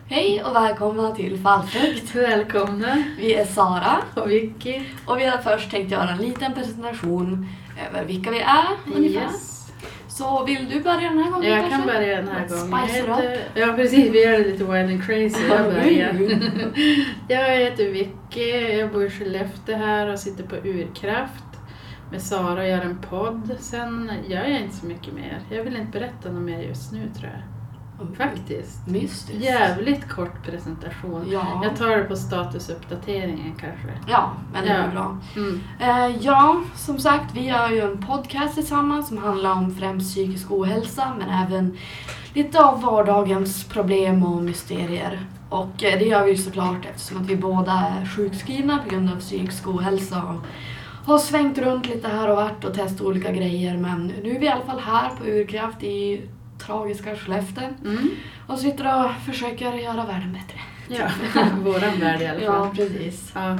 Hej och välkomna till Fallfrukt. Välkomna. Vi är Sara och Vicky. Och vi har först tänkt göra en liten presentation över vilka vi är ungefär. Yes. Så vill du börja den här gången? Jag kan börja den här gången. Spice it up. Ja precis, vi gör det lite wild and crazy. Jag heter Vicky, jag bor i Skellefteå här och sitter på Urkraft med Sara och gör en podd. Sen gör jag inte så mycket mer. Jag vill inte berätta något mer just nu tror jag. Faktiskt. Mystiskt. Jävligt kort presentation. Ja. Jag tar det på statusuppdateringen kanske. Ja, men det är bra. Ja, som sagt, vi gör ju en podcast tillsammans som handlar om främst psykisk ohälsa, men även lite av vardagens problem och mysterier. Och det gör vi ju såklart eftersom att vi båda är sjukskrivna på grund av psykisk ohälsa och har svängt runt lite här och vart och testat olika grejer. Men nu är vi i alla fall här på Urkraft i tragiska Skellefteå och sitter och försöker göra världen bättre. Ja, våran värld i alla fall. Ja, precis. Ja.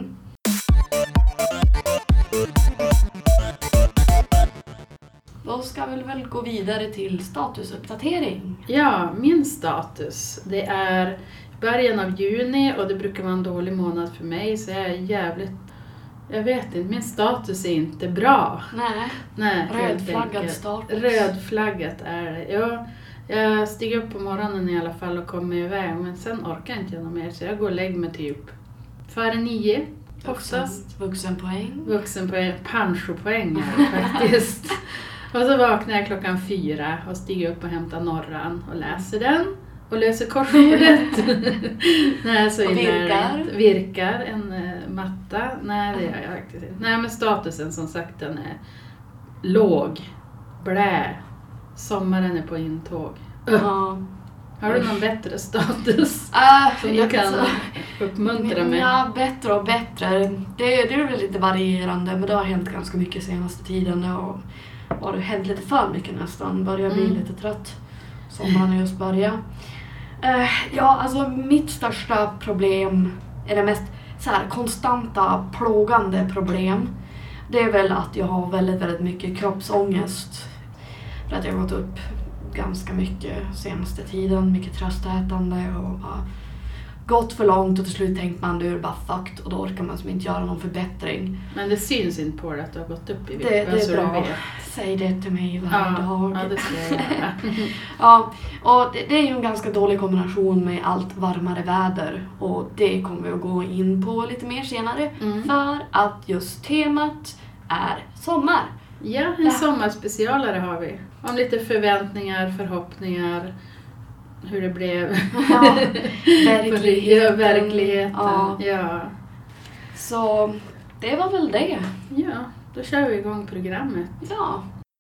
Då ska vi väl gå vidare till statusuppdatering. Ja, min status. Det är början av juni och det brukar vara en dålig månad för mig så jag är jävligt... Jag vet inte, min status är inte bra. Nej, rödflaggad status. Rödflaggat är det. Ja, jag stiger upp på morgonen i alla fall och kommer iväg. Men sen orkar inte jag något mer. Så jag går och lägger mig typ före 9. Oftast. Vuxenpoäng. Panchopoäng är det faktiskt. Och så vaknar jag 4 och stiger upp och hämtar Norran och läser den. Och löser korsordet. Nej, så virkar en matta. Nej, det gör jag faktiskt inte. Nej, men statusen som sagt den är låg. Blä. Sommaren är på intåg. Har du någon bättre status som du kan uppmuntra med? Ja, bättre och bättre. Det är väl lite varierande, men det har hänt ganska mycket senaste tiden. Och det har hänt lite för mycket nästan. Börjar bli lite trött. Sommaren har just börjat. Ja, alltså mitt största problem är det mest så här konstanta, plågande problem. Det är väl att jag har väldigt, väldigt mycket kroppsångest. För att jag har gått upp ganska mycket senaste tiden. Mycket tröstätande och bara gått för långt och till slut tänkt man du är bara fucked och då orkar man som inte göra någon förbättring. Men det syns inte på det att du har gått upp i vikt. Det är bra. Säg det till mig varje dag. Ja, det ska jag göra. Ja, och det är ju en ganska dålig kombination med allt varmare väder. Och det kommer vi att gå in på lite mer senare. För att just temat är sommar. Ja, en sommarspecialare har vi. Om lite förväntningar, förhoppningar, hur det blev. Ja, verkligheten. Ja. Så det var väl det. Ja, då kör vi igång programmet. Ja.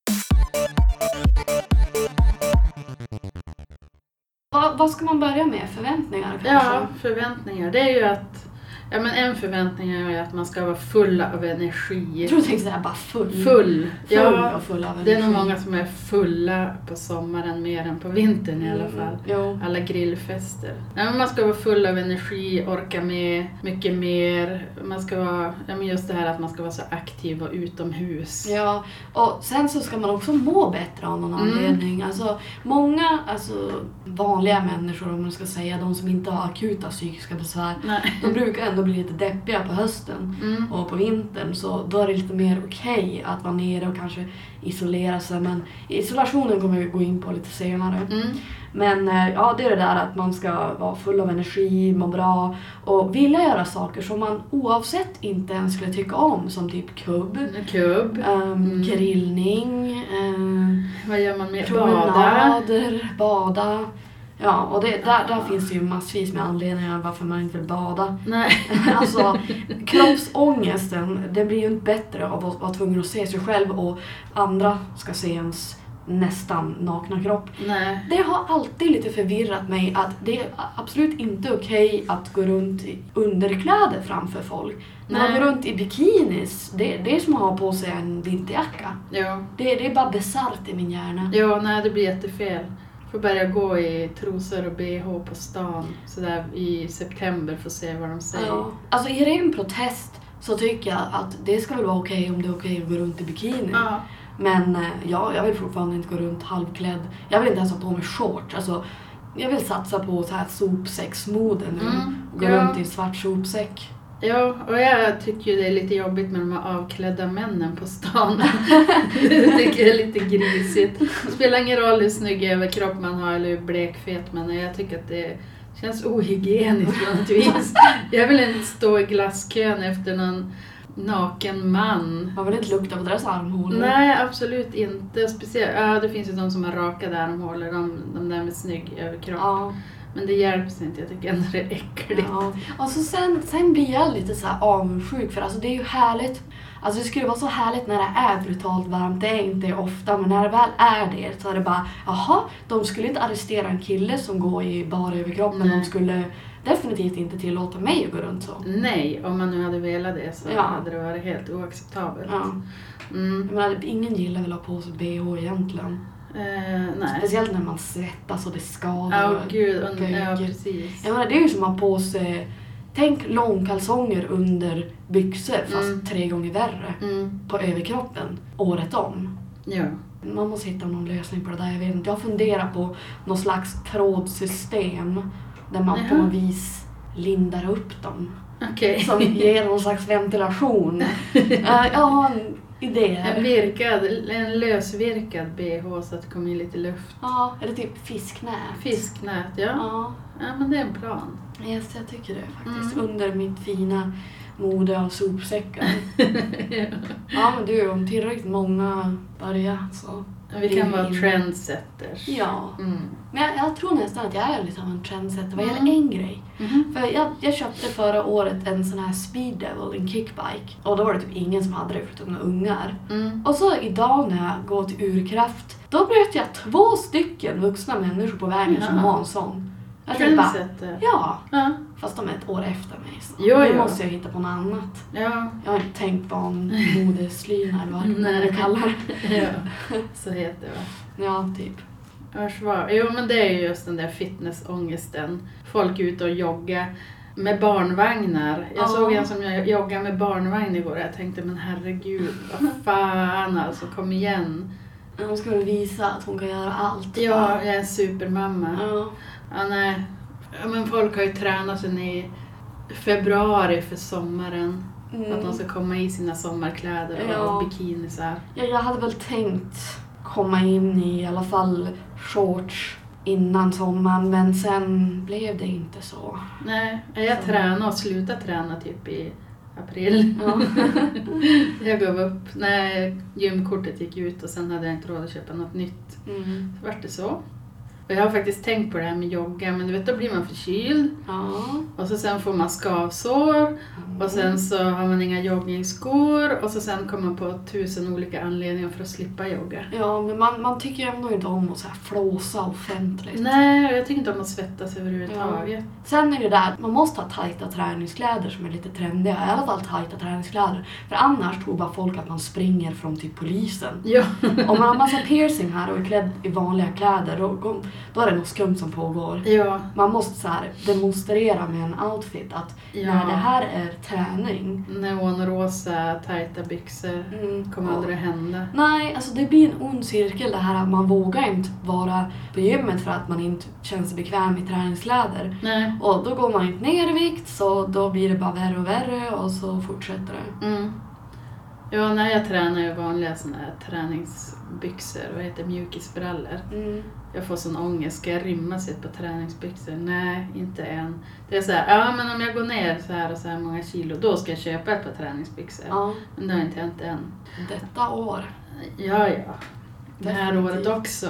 Vad ska man börja med? Förväntningar kanske? Ja, förväntningar. Det är ju att... Ja, men en förväntning är ju att man ska vara full av energi. Jag tror du tänkte säga bara full. Full av energi. Det är nog många som är fulla på sommaren mer än på vintern i alla fall. Jo. Alla grillfester. Ja, men man ska vara full av energi, orka med mycket mer. Man ska vara, ja, men just det här att man ska vara så aktiv och utomhus. Ja, och sen så ska man också må bättre av någon anledning. Alltså många vanliga människor, om man ska säga, de som inte har akuta psykiska besvär, de brukar ändå bli lite deppiga på hösten och på vintern, så då är det lite mer okej att vara nere och kanske isolera sig, men isolationen kommer vi gå in på lite senare. Men ja, det är det där att man ska vara full av energi, må bra och vilja göra saker som man oavsett inte ens skulle tycka om, som typ kubb. Grillning, vad gör man med? Bada. Ja, och där finns det ju massvis med anledningar varför man inte vill bada. Nej. Alltså, kroppsångesten, det blir ju inte bättre av att vara tvungen att se sig själv och andra ska se ens nästan nakna kropp. Nej. Det har alltid lite förvirrat mig att det är absolut inte okej att gå runt i underkläder framför folk. När man går runt i bikinis, det är som att ha på sig en vinterjacka. Ja. Det är bara bisarrt i min hjärna. Ja, nej, det blir jättefel. Får börja gå i trosor och BH på stan sådär i september för att se vad de säger. Ja. Alltså i ren protest så tycker jag att det ska väl vara okej om det är okej att gå runt i bikini. Ja. Men jag vill fortfarande inte gå runt halvklädd. Jag vill inte ens ha på mig shorts. Alltså, jag vill satsa på så här sopsäcksmode nu. Och gå runt i en svart sopsäck. Ja, och jag tycker ju det är lite jobbigt med de här avklädda männen på stan. Det tycker jag är lite grisigt. Det spelar ingen roll hur snygg överkropp man har eller hur blekfet man är. Jag tycker att det känns ohygieniskt på något vis. Jag vill inte stå i glasskön efter någon naken man. Man vill inte lukta på deras armhålor. Nej, absolut inte. Speciellt, det finns ju de som har rakade armhålor, de där med snygg överkropp. Ja. Men det hjälps inte, jag tycker ändå det är äckligt. Ja. Och så sen blir jag lite så här avundsjuk, för alltså det är ju härligt. Alltså det skulle vara så härligt när det är brutalt varmt, det är inte ofta, men när det väl är det så är det bara, jaha, de skulle inte arrestera en kille som går i bara överkropp, men de skulle definitivt inte tillåta mig att gå runt så. Nej, om man nu hade velat det så hade det varit helt oacceptabelt. Ja. Men ingen gillar väl att ha på sig BH egentligen. Nej. Speciellt när man svettas och det skadar. Ja, gud. Ja, precis. Jag menar, det är ju som att ha på sig, tänk långkalsonger under byxor fast 3 gånger värre på överkroppen året om. Ja. Man måste hitta någon lösning på det där, jag vet inte. Jag funderar på någon slags trådsystem där man på något vis lindar upp dem. Okay. Som ger någon slags ventilation. Jag har en idé. En lösvirkad BH så att det kommer in lite luft. Ja, eller typ fisknät. Fisknät, ja. Ja, men det är en plan. Yes, jag tycker det faktiskt. Under mitt fina mode av sopsäckar. Ja, men du, om tillräckligt många börjar så... Vi kan vara trendsetters. Ja. Men jag tror nästan att jag är lite av en trendsetter vad gäller en grej. För jag köpte förra året en sån här Speed Devil, en kickbike. Och då var det typ ingen som hade det förutom några ungar. Och så idag när jag går till Urkraft, då möter jag 2 stycken vuxna människor på vägen som har en sån. Jag tänkte bara, ja. Fast de är ett år efter mig. Så då måste jag hitta på något annat. Ja. Jag har inte tänkt på en modeslyna eller vad det kallar. Ja, så heter det, va? Ja, typ. Jo, men det är ju just den där fitnessångesten. Folk är ute och joggar med barnvagnar. Jag såg en som joggar med barnvagn igår och jag tänkte, men herregud, vad fan alltså, kom igen. Hon ska väl visa att hon kan göra allt. Ja, jag är en supermamma. Ja, nej. Ja, men folk har ju tränat sedan i februari för sommaren. Att de ska komma i sina sommarkläder och bikinisar. Ja, jag hade väl tänkt komma in i alla fall shorts innan sommaren, men sen blev det inte så. Nej, jag tränade och slutade träna typ i april. Ja. Jag gav upp när gymkortet gick ut och sen hade jag inte råd att köpa något nytt. Så vart det så. Och jag har faktiskt tänkt på det här med jogga, men du vet, då blir man förkyld. Och så sen får man skavsår. Och sen så har man inga joggningsskor. Och så sen kommer man på 1000 olika anledningar för att slippa jogga. Ja, men man tycker ändå inte om att så här flåsa offentligt. Nej, jag tycker inte om att svettas överhuvudtaget. Ja. Sen är det där, man måste ha tajta träningskläder som är lite trendiga. I alla fall tajta träningskläder. För annars tror bara folk att man springer från typ polisen. Ja. Om man har massa piercing här och är klädd i vanliga kläder, då är det något skumt som pågår. Ja. Man måste så här demonstrera med en outfit att när det här är träning. Neonrosa, tajta byxor kommer aldrig hända. Nej, alltså det blir en ond cirkel det här att man vågar inte vara på gymmet för att man inte känner sig bekväm i träningskläder. Nej. Och då går man inte ner i vikt, så då blir det bara värre och värre och så fortsätter det. Ja, när jag tränar ju vanliga såna här träningsbyxor och heter mjukisbrallor. Jag får sån ångest, ska jag rymma sig på träningsbyxor? Nej, inte än. Det är så här, men om jag går ner så här många kilo, då ska jag köpa ett par träningsbyxor. Ja. Men det har inte hänt än. Detta år? Ja. Det här året också.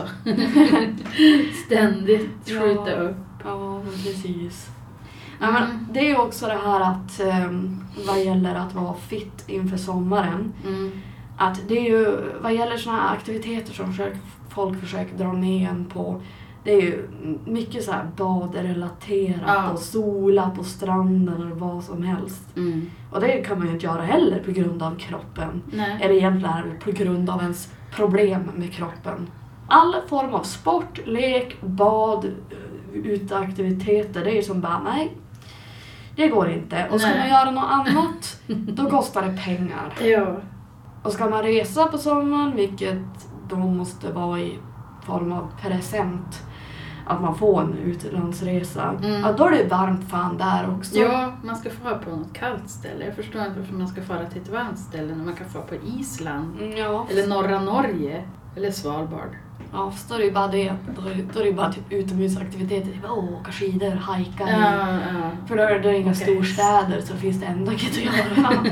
Ständigt skjuta upp. Ja, precis. Ja, men det är ju också det här att vad gäller att vara fit inför sommaren. Att det är ju, vad gäller såna här aktiviteter som folk försöker dra ner en på, det är ju mycket så här badrelaterat och sola på stranden eller vad som helst. Och det kan man ju inte göra heller på grund av kroppen. Nej. Eller egentligen på grund av ens problem med kroppen. All form av sport, lek, bad, uteaktiviteter, det är ju som bara, nej, det går inte. Och ska man göra något annat, då kostar det pengar. Ja. Och ska man resa på sommaren, vilket då måste vara i form av present, att man får en utlandsresa. Ja, då är det varmt fan där också. Ja, man ska få på något kallt ställe. Jag förstår inte varför man ska fara till ett varmt ställe när man kan få på Island. Ja. Eller norra Norge. Eller Svalbard. Ja, så då är det ju bara det. Då är det ju bara typ utomhusaktiviteter. Typ, åka skidor, hajka. Ja. För då är det inga storstäder så finns det ändå inget att göra.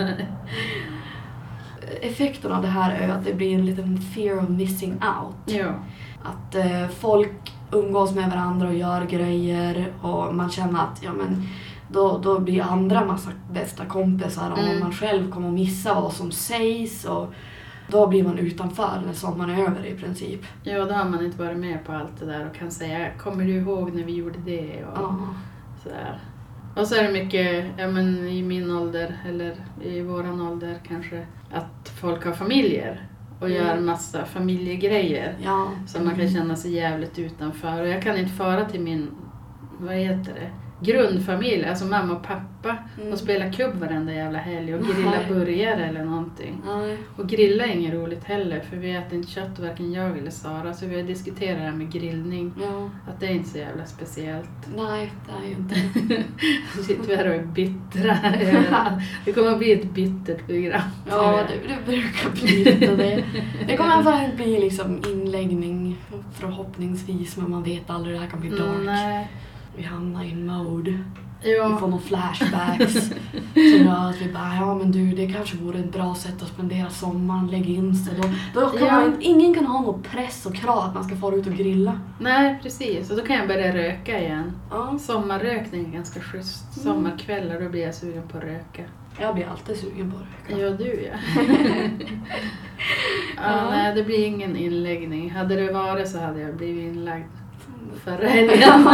Effekten av det här är att det blir en liten fear of missing out. Ja. Att folk umgås med varandra och gör grejer och man känner att då blir andra massa bästa kompisar och man själv kommer att missa vad som sägs och då blir man utanför när sommaren är över i princip. Ja, då har man inte varit med på allt det där och kan säga, kommer du ihåg när vi gjorde det? Och sådär. Och så är det mycket, i min ålder eller i våran ålder kanske, att folk har familjer och gör massa familjegrejer som man kan känna sig jävligt utanför. Och jag kan inte fara till min, grundfamilj, alltså mamma och pappa och spela kubb varenda jävla helg och grilla burgare eller någonting. Och grilla är inget roligt heller för vi äter inte kött, varken jag eller Sara, så vi har diskuterat det här med grillning. Att det är inte så jävla speciellt. Nej, det är ju inte. Så sitter vi här och är bittra. Det kommer att bli ett bittert program. Ja, det brukar bli lite det. Det kommer i alla fall inte bli liksom inläggning förhoppningsvis, men man vet aldrig, det här kan bli dark. Nej. Vi hamnar i en mode. Ja. Vi får några flashbacks. Så gör att vi bara, det kanske vore ett bra sätt att spendera sommaren, lägga in sig. Då kan ingen kan ha någon press och krav att man ska få ut och grilla. Nej, precis. Och då kan jag börja röka igen. Sommarrökning är ganska schysst. Sommarkvällar, då blir jag sugen på att röka. Jag blir alltid sugen på att röka. Ja, du Nej, det blir ingen inläggning. Hade det varit så hade jag blivit inlagd förra helgen.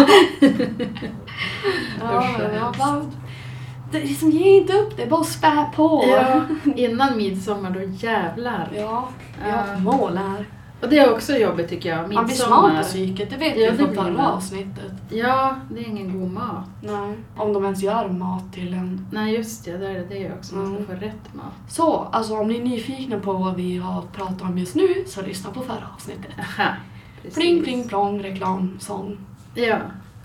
Det liksom, ge inte upp, det är bara att spä på. Ja, innan midsommar då jävlar. Ja, vi har ett mål här. Och det är också jobbigt tycker jag. Man blir smart på psyket, det vet vi från förra avsnittet. Ja, det är ingen god mat. Nej, om de ens gör mat till en. Nej, just det, där är det också. Man ska få rätt mat. Så, alltså om ni är nyfikna på vad vi har pratat om just nu så lyssna på förra avsnittet. Aha. Precis. Pling, pling, plong, reklam, sån. Ja.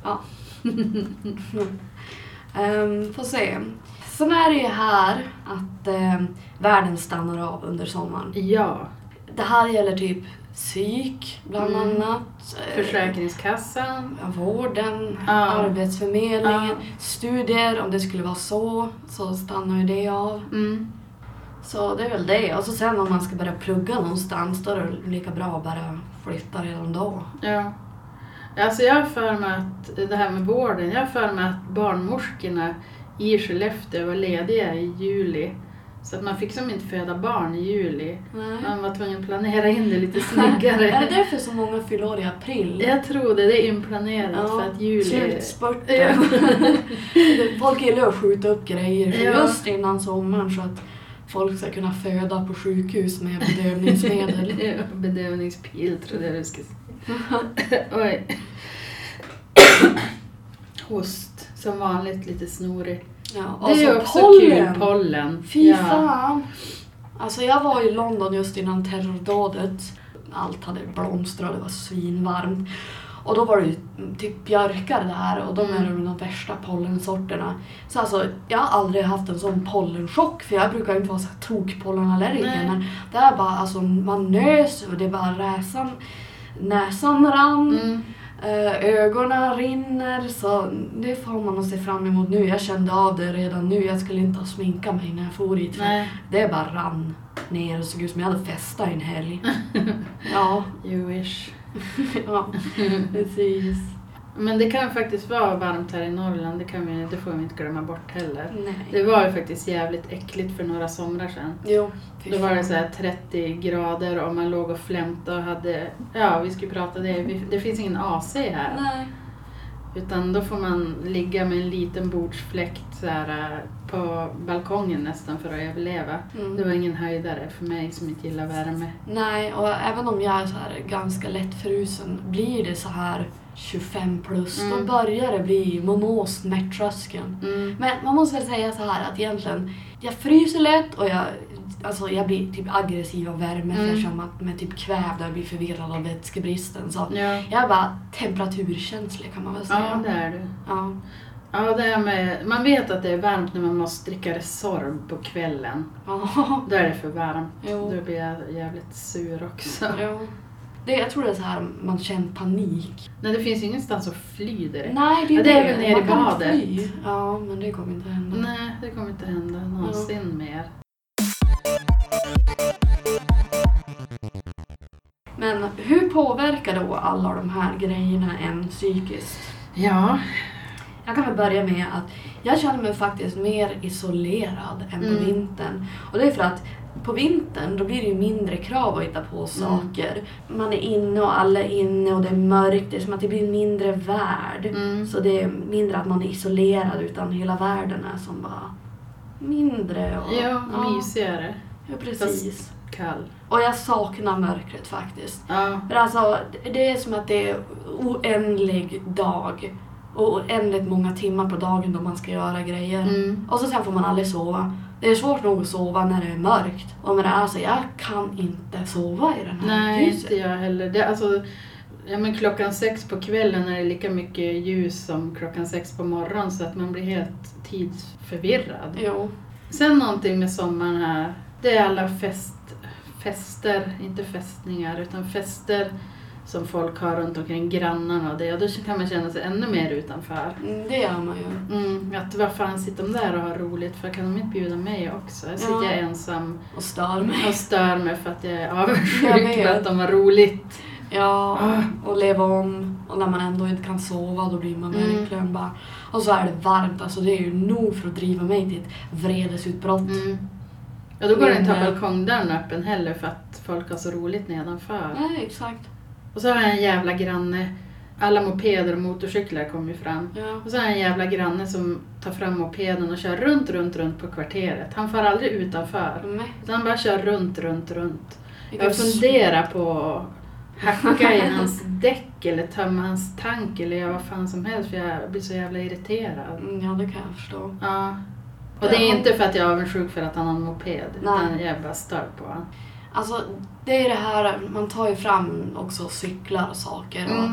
Får se. Sen är det ju här att världen stannar av under sommaren. Ja. Det här gäller typ psyk bland annat. Försäkringskassan. Vården, arbetsförmedlingen, studier. Om det skulle vara så stannar ju det av. Så det är väl det. Och så sen om man ska börja plugga någonstans då är det lika bra att bara flytta redan då. Ja. Alltså jag har för mig att det här med vården, jag har för mig att barnmorskorna i Skellefteå var lediga i juli. Så att man fick som inte föda barn i juli. Nej. Man var tvungen att planera in det lite snyggare. Är det därför så många fyller år i april? Jag tror det är inplanerat för att juli... Slutspurten. Folk gillar att skjuta upp grejer just innan sommaren så att folk ska kunna föda på sjukhus med bedövningsmedel. Bedövningspil tror jag du ska säga. Oj. Host. Som vanligt lite snorig. Ja, det är också pollen. Kul. Pollen. Fy fan. Alltså jag var i London just innan terrordådet. Allt hade blomstrat och det var svinvarmt. Och då var det ju typ björkar där och de är de värsta pollensorterna. Så alltså jag har aldrig haft en sån pollenchock för jag brukar inte vara så här tokpollenallergiker. Men det är bara alltså man nös och det är bara näsan rann. Ögonen rinner så det får man att se fram emot nu. Jag kände av det redan nu. Jag skulle inte ha sminka mig när jag for hit. Det bara rann ner och såg ut som jag hade festat en helg. Ja. You wish. Ja, precis. Men det kan faktiskt vara varmt här i Norrland. Det får vi inte glömma bort heller. Nej. Det var ju faktiskt jävligt äckligt för några somrar sedan. Jo. Då var det så här 30 grader och man låg och flämtade och hade... Ja, vi skulle prata det. Det finns ingen AC här. Nej. Utan då får man ligga med en liten bordsfläkt så här, på balkongen nästan för att överleva. Det var ingen höjdare för mig som inte gillar värme. Nej, och även om jag är så här ganska lättfrusen blir det så här 25 plus. Då börjar det bli man når smärttröskeln. Men man måste väl säga så här att egentligen jag fryser lätt och jag alltså jag blir typ aggressiv av värme för jag känner att med typ kvävda jag blir förvirrad av vätskebristen. Så jag är bara temperaturkänslig kan man väl säga. Ja, det är du. Ja. Ja, det här med, man vet att det är varmt när man måste dricka Resorb på kvällen. Då är det för varmt. Jo. Då blir jag jävligt sur också. Ja. Jag tror det är så här man känner panik. Nej, det finns ingenstans att fly direkt. Nej, det är, det är väl ner i man badet. Fly. Ja, men det kommer inte hända. Nej, det kommer inte hända någonsin mer. Men hur påverkar då alla de här grejerna en psykiskt? Ja. Jag kan väl börja med att jag känner mig faktiskt mer isolerad än på vintern. Och det är för att på vintern då blir det ju mindre krav att hitta på saker. Man är inne och alla är inne och det är mörkt. Det är som att det blir en mindre värld. Så det är mindre att man är isolerad utan hela världen är som bara mindre. Och, mysigare. Ja, precis. Fast kall. Och jag saknar mörkret faktiskt. Ja. För alltså, det är som att det är oändlig dag. Och oändligt många timmar på dagen då man ska göra grejer. Och så sen får man aldrig sova. Det är svårt nog att sova när det är mörkt. Och med det är så, jag kan inte sova i den här ljuset. Nej, inte jag heller. Det, alltså, men 6 på kvällen är det lika mycket ljus som 6 på morgonen. Så att man blir helt tidsförvirrad. Jo. Sen någonting med sommaren här. Det är alla fester, inte festningar utan fester som folk har runt omkring grannarna och det. Och då kan man känna sig ännu mer utanför. Det gör man ju. Att vad fan sitter de där och har roligt för kan de inte bjuda mig också? Jag sitter jag ensam och stör mig för att jag är avundsjuk för att de har roligt. Ja, och leva om. Och när man ändå inte kan sova då blir man verkligen bara... Och så är det varmt, alltså det är ju nog för att driva mig till ett vredesutbrott. Ja, då går det inte att ha balkongdörren öppen heller för att folk har så roligt nedanför. Nej, exakt. Och så har jag en jävla granne. Alla mopeder och motorcyklar kommer ju fram. Ja. Och så har jag en jävla granne som tar fram mopeden och kör runt på kvarteret. Han får aldrig utanför. Utan han bara kör runt. Jag funderar på att hacka i hans däck eller tömma hans tank eller göra vad fan som helst för jag blir så jävla irriterad. Ja, det kan jag förstå. Ja. Och det är inte för att jag är avundsjuk för att han har en moped. Utan jag är bara stör på honom. Alltså, det är det här, man tar ju fram också cyklar och saker. Och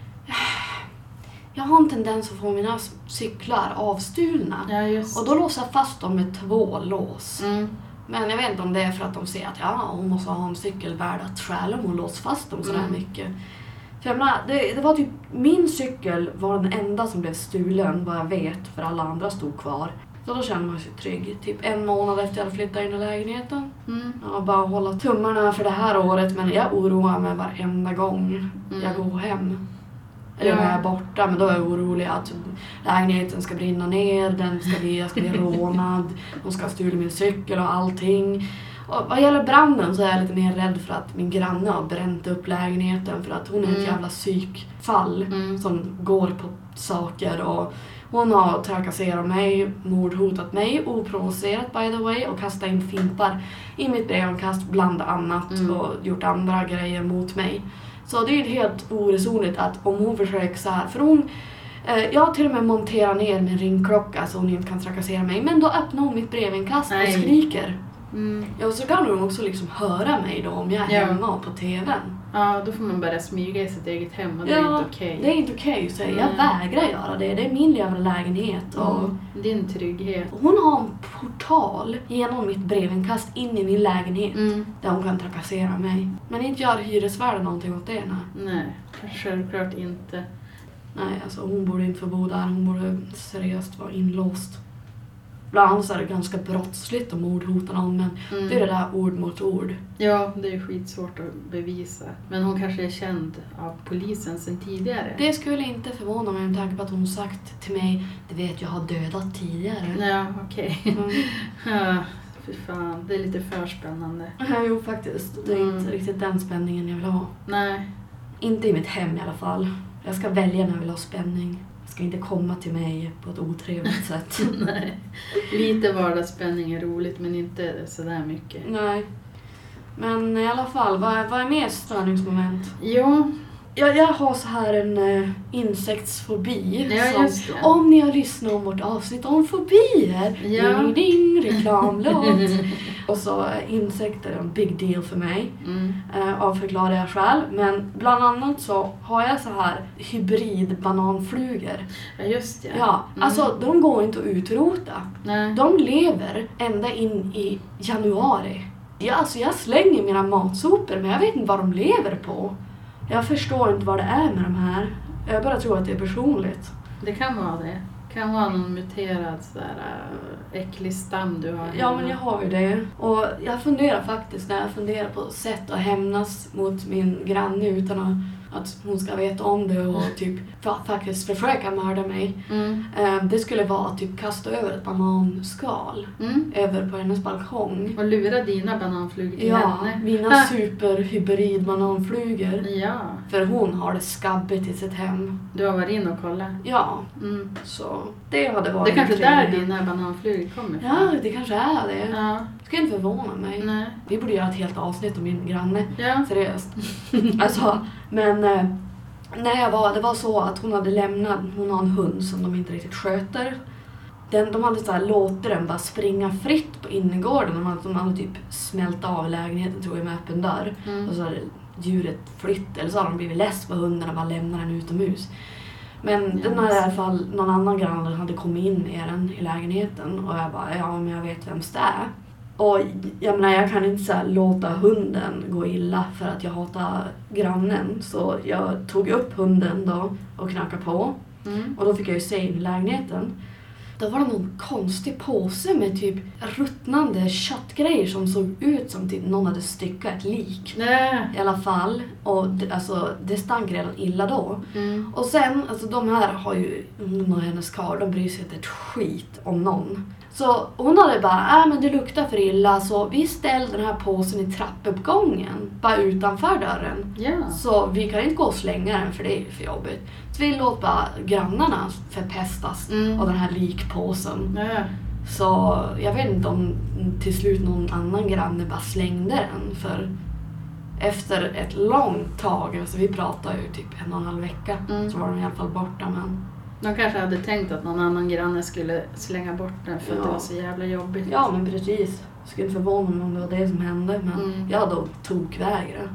jag har en tendens att få mina cyklar avstulna. Ja, just. Och då låser jag fast dem med 2 lås. Men jag vet inte om det är för att de ser att hon måste ha en cykel värd att stjäla om hon låser fast dem sådär mycket. För jag menar, det var typ, min cykel var den enda som blev stulen vad jag vet för alla andra stod kvar. Så då kände man sig trygg. Typ 1 månad efter jag hade flyttat in i lägenheten. Ja, bara hålla tummarna för det här året. Men jag oroar mig varenda gång jag går hem. Eller när jag är borta. Men då är jag orolig att lägenheten ska brinna ner. Jag ska bli rånad. De ska stula min cykel och allting. Och vad gäller branden så är jag lite mer rädd för att min granne har bränt upp lägenheten. För att hon är ett jävla psykfall som går på saker och... Hon har trakasserat mig, mordhotat mig, oprovocerat by the way och kastat in fimpar i mitt brevinkast bland annat och gjort andra grejer mot mig. Så det är helt oresonligt att om hon försöker så här, för hon, jag har till och med monterat ner min ringklocka så hon inte kan trakassera mig, men då öppnar hon mitt brevinkast och skriker. Ja, så kan hon också liksom höra mig då om jag är hemma och på tvn. Ja, då får man börja smyga i sitt eget hem och det är inte okej. Det är inte okej, så jag vägrar göra det. Det är min jävla lägenhet. Och din trygghet. Hon har en portal genom mitt brevinkast in i min lägenhet där hon kan trakassera mig. Men inte gör hyresvärden någonting åt det, nej. Självklart inte. Nej, alltså hon borde inte få bo där. Hon borde seriöst vara inlåst. Bland annat är det ganska brottsligt om mordhota någon, men det är det där ord mot ord. Ja, det är skitsvårt att bevisa. Men hon kanske är känd av polisen sedan tidigare. Det skulle inte förvåna mig med tanke på att hon sagt till mig, det vet jag har dödat tidigare. Ja, okej. Ja, fy fan, det är lite för spännande. Ja, jo faktiskt. Det är inte riktigt den spänningen jag vill ha. Nej. Inte i mitt hem i alla fall. Jag ska välja när jag vill ha spänning. Ska inte komma till mig på ett otrevligt sätt. Nej. Lite vardagsspänning är roligt men inte sådär mycket. Nej. Men i alla fall, vad är mer störningsmoment? Jo. Jag har så här en insektsfobi. Ja, just det. Om ni har lyssnat om vårt avsnitt om fobier. Ja. Ding, reklamlåt. Och så insekter är en big deal för mig. Av förklarliga skäl. Men bland annat så har jag så här hybridbananflugor. Ja, just det. Ja, alltså de går inte att utrota. Nej. De lever ända in i januari. Jag slänger mina matsopor, men jag vet inte vad de lever på. Jag förstår inte vad det är med de här. Jag bara tror att det är personligt. Det kan vara det. Det kan vara någon muterad sådär äcklig stam du har. Ja, men jag har ju det. Och jag funderar faktiskt när jag funderar på sätt att hämnas mot min granne utan att hon ska veta om det och typ faktiskt försöka mörda mig. Det skulle vara att typ kasta över ett bananskal över på hennes balkong. Och lura dina bananflugor till henne. Ja, mina superhybrid bananflugor. Ja. För hon har det skabbigt i sitt hem. Du har varit in och kollat. Ja, så det hade varit... Det är kanske där dina bananflugor kommer från. Ja, det kanske är det. Ja. Det ska inte förvåna mig. Nej. Vi borde göra ett helt avsnitt om min granne. Ja. Seriöst. Alltså, men det var så att hon hade lämnat, hon har en hund som de inte riktigt sköter. De hade så här låtit den bara springa fritt på innergården. De hade typ smält av lägenheten, tror jag, med öppen dörr. Och så hade djuret flytt, eller så hade de blivit less på hunden och bara lämnat den utomhus. Men den hade i alla fall, någon annan granne hade kommit in med den i lägenheten. Och jag bara, ja, men jag vet vem det är. Och jag menar, jag kan inte så här låta hunden gå illa för att jag hatar grannen. Så jag tog upp hunden då och knackade på. Och då fick jag ju se in i lägenheten. Då var det någon konstig påse med typ ruttnande köttgrejer som såg ut som typ någon hade styckat ett lik. Nej. I alla fall. Och det stank redan illa då. Och sen, alltså de här har ju, hon och hennes karl, de bryr sig inte ett skit om någon. Så hon hade bara, men det luktar för illa, så vi ställde den här påsen i trappuppgången, bara utanför dörren. Ja. Så vi kan inte gå och slänga den för det är för jobbigt. Så vi låt bara grannarna förpestas av den här likpåsen. Ja. Så jag vet inte om till slut någon annan granne bara slängde den, för efter ett långt tag, alltså vi pratade ju typ 1,5 vecka, så var de i alla fall borta. Men de kanske hade tänkt att någon annan granne skulle slänga bort den för att det var så jävla jobbigt. Ja, men precis. Jag skulle inte förvåna mig om det var det som hände, men jag då tog vägre.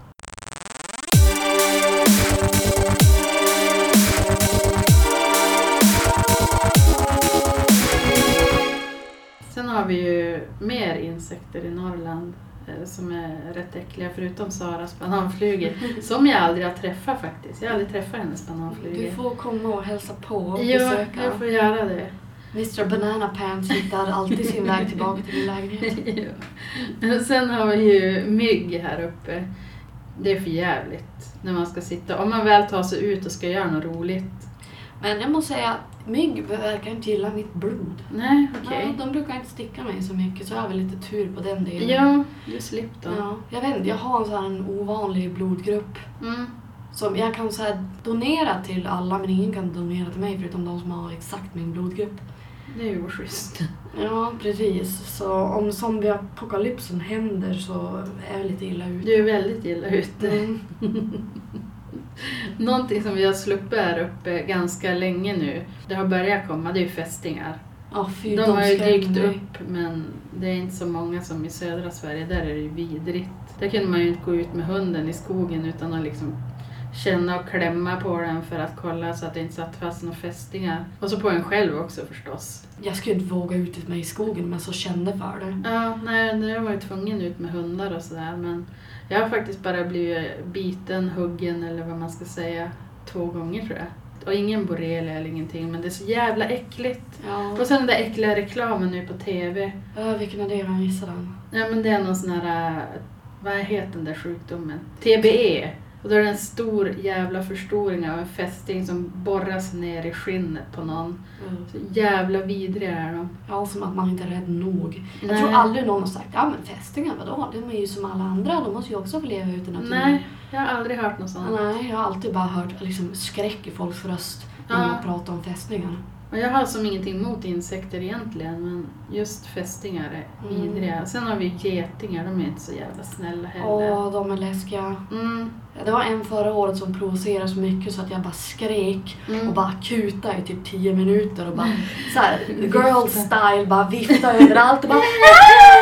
Sen har vi ju mer insekter i Norrland som är rätt äckliga, förutom Saras bananflugor, som jag aldrig har träffat faktiskt. Jag har aldrig träffat hennes bananflugor. Du får komma och hälsa på och besöka. Ja, jag får göra det. Mr. Banana Pants hittar alltid sin väg tillbaka till min lägenhet. Ja. Sen har vi ju mygg här uppe. Det är för jävligt när man ska sitta. Om man väl tar sig ut och ska göra något roligt. Men jag måste säga att mygg verkar inte gilla mitt blod. Nej, okej. Ja, de brukar inte sticka mig så mycket, så jag har väl lite tur på den delen. Ja, du slipper då. Ja, jag vet inte, jag har en sån här ovanlig blodgrupp. Som jag kan så här donera till alla, men ingen kan donera till mig förutom de som har exakt min blodgrupp. Det är ju schysst. Ja, precis. Så om zombieapokalypsen händer så är jag lite illa ute. Du är väldigt illa ute. Någonting som vi har sluppit här uppe ganska länge nu, det har börjat komma, det är ju fästingar. Ja, de har ju dykt upp, men det är inte så många som i södra Sverige, där är det ju vidrigt. Där kunde man ju inte gå ut med hunden i skogen utan att liksom känna och klämma på den för att kolla så att det inte satt fast några fästingar. Och så på en själv också förstås. Jag skulle inte våga ut mig i skogen, men så kände för det. Ja, nej, jag var ju tvungen ut med hundar och sådär, men jag har faktiskt bara blivit biten, huggen eller vad man ska säga 2 gånger tror jag. Och ingen borrelia eller ingenting, men det är så jävla äckligt. Ja. Och sen den där äckliga reklamen nu på TV. Ja, vilken är det? Jag missade den. Ja, men det är någon sån här, vad heter den där sjukdomen? TBE. Och då är det en stor jävla förstoring av en fästing som borras ner i skinnet på någon. Så jävla vidriga är de. Ja, som att man inte är rädd nog. Nej. Jag tror aldrig någon har sagt, ja men fästingar, vadå? De är ju som alla andra, de måste ju också få leva ute i naturen. Nej, jag har aldrig hört något sånt. Nej, jag har alltid bara hört liksom, skräck i folks röst när man pratar om fästingar. Och jag har som ingenting mot insekter egentligen, men just fästingar är vidriga. Sen har vi getingar, de är inte så jävla snälla heller. De är läskiga. Det var en förra året som provocerade så mycket så att jag bara skrek och bara kutade i typ 10 minuter och bara så här, girl style, bara viftade överallt och bara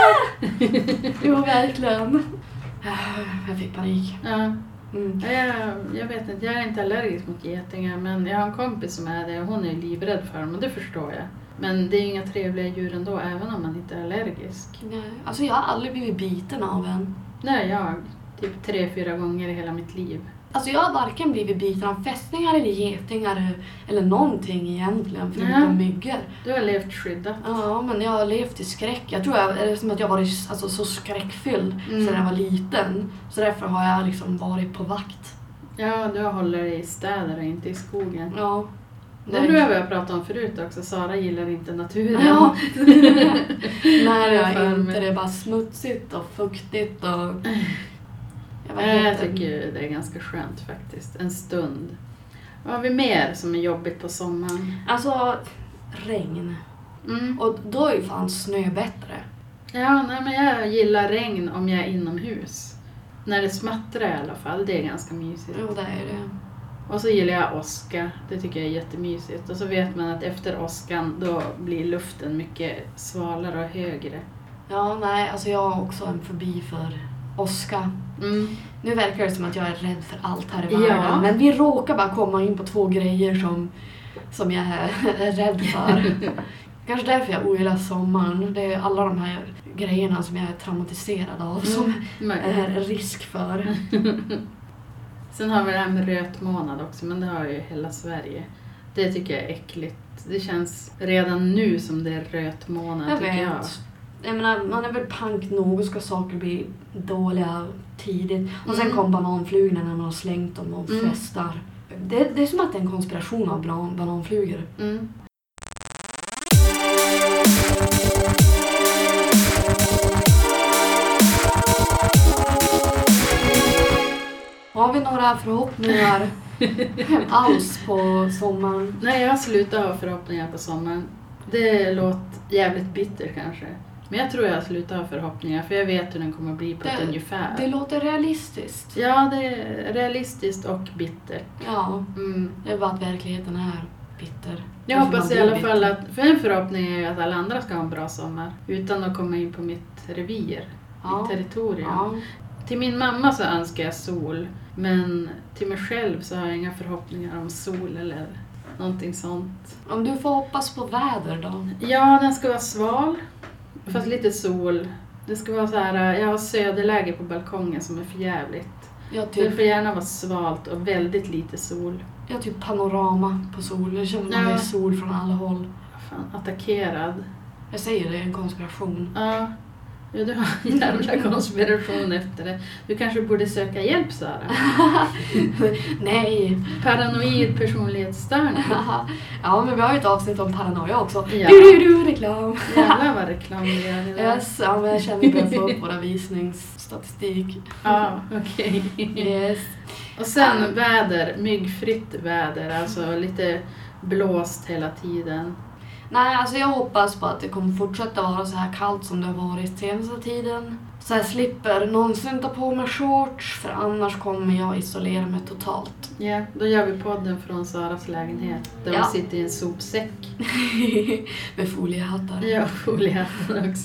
Jo, verkligen. Jag fick panik. Ja. Mm. Jag vet inte, jag är inte allergisk mot getingar, men jag har en kompis som är det och hon är livrädd för dem och det förstår jag. Men det är inga trevliga djur ändå, även om man inte är allergisk. Nej, alltså jag har aldrig blivit biten av en. Nej, jag. Typ 3-4 gånger i hela mitt liv. Alltså jag har varken blivit biten av fästingar eller getingar eller någonting egentligen, förutom myggor. Du har levt skyddat. Ja, men jag har levt i skräck. Jag tror det är som att jag varit alltså, så skräckfylld sedan jag var liten. Så därför har jag liksom varit på vakt. Ja, du har hållit dig i städer och inte i skogen. Ja. Det tror jag vi har pratat om förut också. Sara gillar inte naturen. Ja. Nej, jag är inte. Det är bara smutsigt och fuktigt och... Jag tycker det är ganska skönt faktiskt. En stund. Vad har vi mer som är jobbigt på sommaren? Alltså, regn. Och då är ju fan snö bättre. Ja, nej, men jag gillar regn om jag är inomhus. När det smattrar i alla fall. Det är ganska mysigt. Jo, det är det. Och så gillar jag åska. Det tycker jag är jättemysigt. Och så vet man att efter åskan då blir luften mycket svalare och högre. Ja, nej, alltså jag har också en fobi för åska. Nu verkar det som att jag är rädd för allt här i världen. Ja. Men vi råkar bara komma in på 2 grejer som jag är rädd för. Kanske därför jag ogillar sommaren. Det är alla de här grejerna som jag är traumatiserad av som är risk för. Sen har vi det här med rötmånad också, men det har ju hela Sverige. Det tycker jag är äckligt. Det känns redan nu som det är rötmånad, tycker jag. Jag menar, man är väl pank nog och ska saker bli dåliga tidigt. Och sen kom bananflugorna när man har slängt dem och festar. Det är som att det är en konspiration av bananflugor. Har vi några förhoppningar alls på sommaren? Nej, jag har slutat ha förhoppningar på sommaren. Det låter jävligt bitter kanske. Men jag tror jag har slutat ha förhoppningar, för jag vet hur den kommer att bli på ett ungefär. Det låter realistiskt. Ja, det är realistiskt och bittert. Ja, det är bara att verkligheten är bitter. Jag hoppas i alla fall att, för en förhoppning är ju att alla andra ska ha en bra sommar. Utan att komma in på mitt revir, mitt territorium. Ja. Till min mamma så önskar jag sol, men till mig själv så har jag inga förhoppningar om sol eller någonting sånt. Om du får hoppas på väder då? Ja, den ska vara sval. Fast lite sol. Det ska vara så här, jag har söderläge på balkongen som är för jävligt. Det får gärna vara svalt och väldigt lite sol. Jag har typ panorama på sol. Jag känner att det är sol från alla håll. Fan, attackerad. Jag säger det är en konspiration. Ja. Ja, du har en jävla konspiration efter det. Du kanske borde söka hjälp, Sara. Nej. Paranoid personlighetsstörning. Ja, men vi har ju ett avsnitt om paranoia också. Ja. Reklam. Jävlar vad reklam vi gör det där. Yes, ja, men jag känner att vi börjar få upp våra visningsstatistik. Ja, okej. Yes. Och sen väder, myggfritt väder. Alltså lite blåst hela tiden. Nej, alltså jag hoppas på att det kommer fortsätta vara så här kallt som det har varit senaste tiden. Så jag slipper någonsin ta på mig shorts, för annars kommer jag isolera mig totalt. Ja, då gör vi podden från Saras lägenhet. Där vi sitter i en sopsäck. Med foliehattar. Ja, foliehattar också.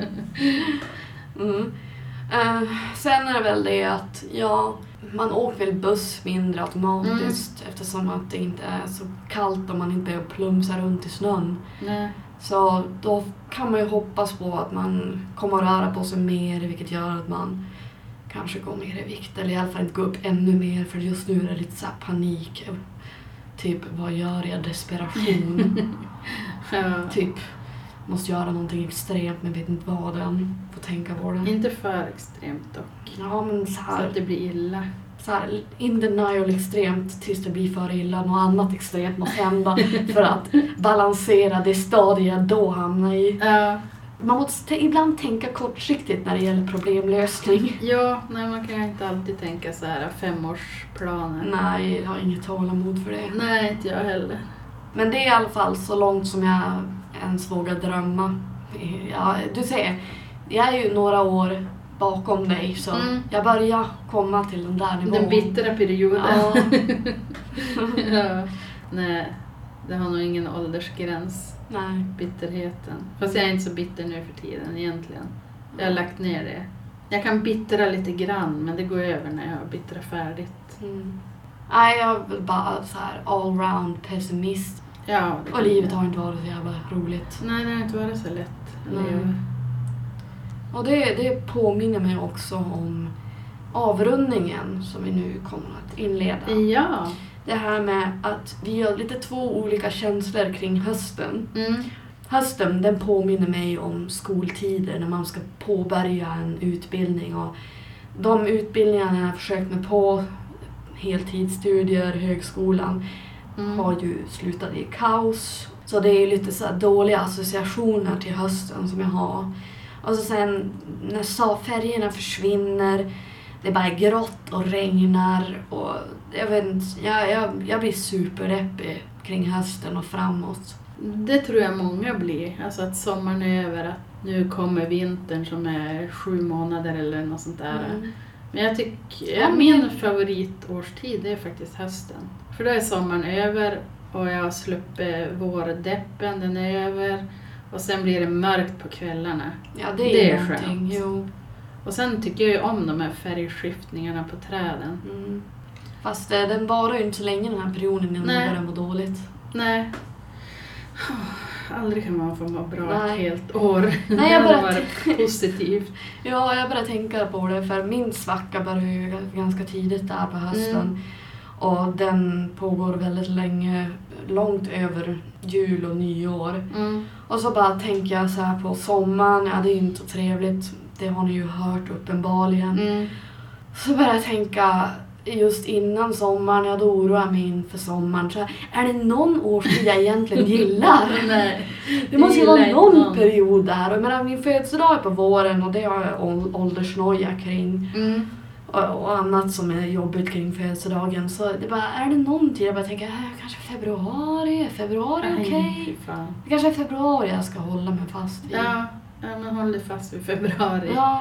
Sen är det väl det att man åker väl buss mindre automatiskt eftersom att det inte är så kallt och man inte är och plumsar runt i snön. Nej. Så då kan man ju hoppas på att man kommer att röra på sig mer, vilket gör att man kanske går ner i vikt eller i alla fall inte går upp ännu mer, för just nu är det lite så här panik. Typ, vad gör jag? Desperation. Typ, måste göra någonting extremt men vet inte vad än. Får tänka på det. Inte för extremt dock. Ja, men så här. Så att det blir illa. Så här, in denial extremt tills det blir för illa. Något annat extremt måste hända för att balansera det stadiet då hamnar i. Man måste ibland tänka kortsiktigt när det gäller problemlösning. Ja, nej, man kan inte alltid tänka så här 5-årsplaner. Nej, jag har inget tålamod för det. Nej, inte jag heller. Men det är i alla fall så långt som jag ens vågar drömma. Ja, du ser, jag är ju några år bakom dig, så jag börjar komma till den där nivån. Den bittra perioden. Ja. Ja. Nej, det har nog ingen åldersgräns. Nej. Bitterheten. Fast jag är inte så bitter nu för tiden egentligen. Jag har lagt ner det. Jag kan bittra lite grann, men det går över när jag bittrar färdigt. Nej, jag är bara så här allround pessimist. Ja, och livet har inte varit så jävla roligt. Nej, det har inte varit så lätt. Och det påminner mig också om avrundningen som vi nu kommer att inleda. Ja. Det här med att vi har lite 2 olika känslor kring hösten. Hösten, den påminner mig om skoltider när man ska påbörja en utbildning. Och de utbildningarna jag har försökt mig på, heltidsstudier, högskolan, har ju slutat i kaos. Så det är lite så här dåliga associationer till hösten som jag har. Och så sen när färgerna försvinner, det bara är grått och regnar. Och jag vet inte, jag blir superdeppig kring hösten och framåt. Det tror jag många blir. Alltså att sommaren är över, att nu kommer vintern som är 7 månader eller något sånt där. Men jag tycker min favoritårstid är faktiskt hösten. För då är sommaren över och jag har sluppit vårdeppen, den är över. Och sen blir det mörkt på kvällarna. Ja, det är skönt. Jo. Och sen tycker jag ju om de här färgskiftningarna på träden. Fast den varar ju inte så länge den här perioden innan man börjar må dåligt. Nej. Aldrig kan man få må bra ett helt år. Nej, jag bara positivt. Ja, jag börjar tänka på det, för min svacka börjar ju ganska tidigt där på hösten. Och den pågår väldigt länge, långt över jul och nyår. Och så bara tänker jag så här på sommaren, ja det är ju inte så trevligt, det har ni ju hört uppenbarligen. Så börjar jag tänka, just innan sommaren, jag då oroar jag mig inför sommaren. Så är det någon årstid jag egentligen gillar? Nej. Det måste ju vara någon period där. Och menar, min födelsedag är på våren och det har jag åldersnoja kring. Och annat som är jobbigt kring födelsedagen. Så det bara, är det någon tid jag bara tänker, kanske februari okej? Det kanske är februari jag ska hålla mig fast vid. Ja, men håll dig fast vid februari. Ja.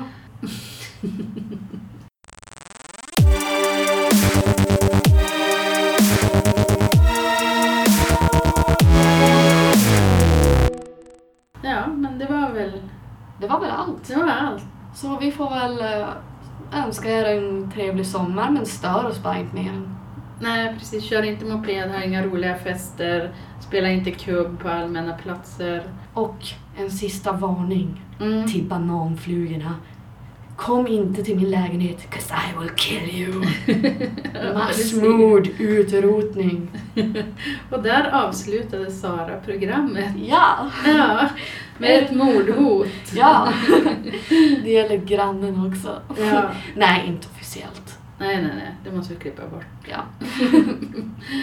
Ja, men det var väl allt. Det var allt. Så vi får väl önska er en trevlig sommar, men stör oss bara inte mer. Nej, precis. Kör inte moped, har inga roliga fester, spela inte kubb på allmänna platser. Och en sista varning till bananflugorna. Kom inte till min lägenhet, 'cause I will kill you. Massmord, utrotning. Och där avslutade Sara programmet. Ja. Med ett mordhot. Ja. Det gäller grannen också. Ja. Nej, inte officiellt. Nej. Det måste vi klippa bort. Ja.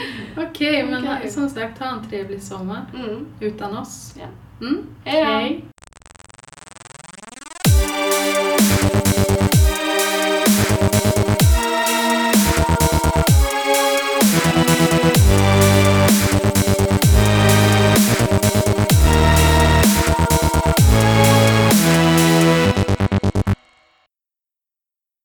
Okej, men som sagt, ha en trevlig sommar utan oss. Ja. Hej.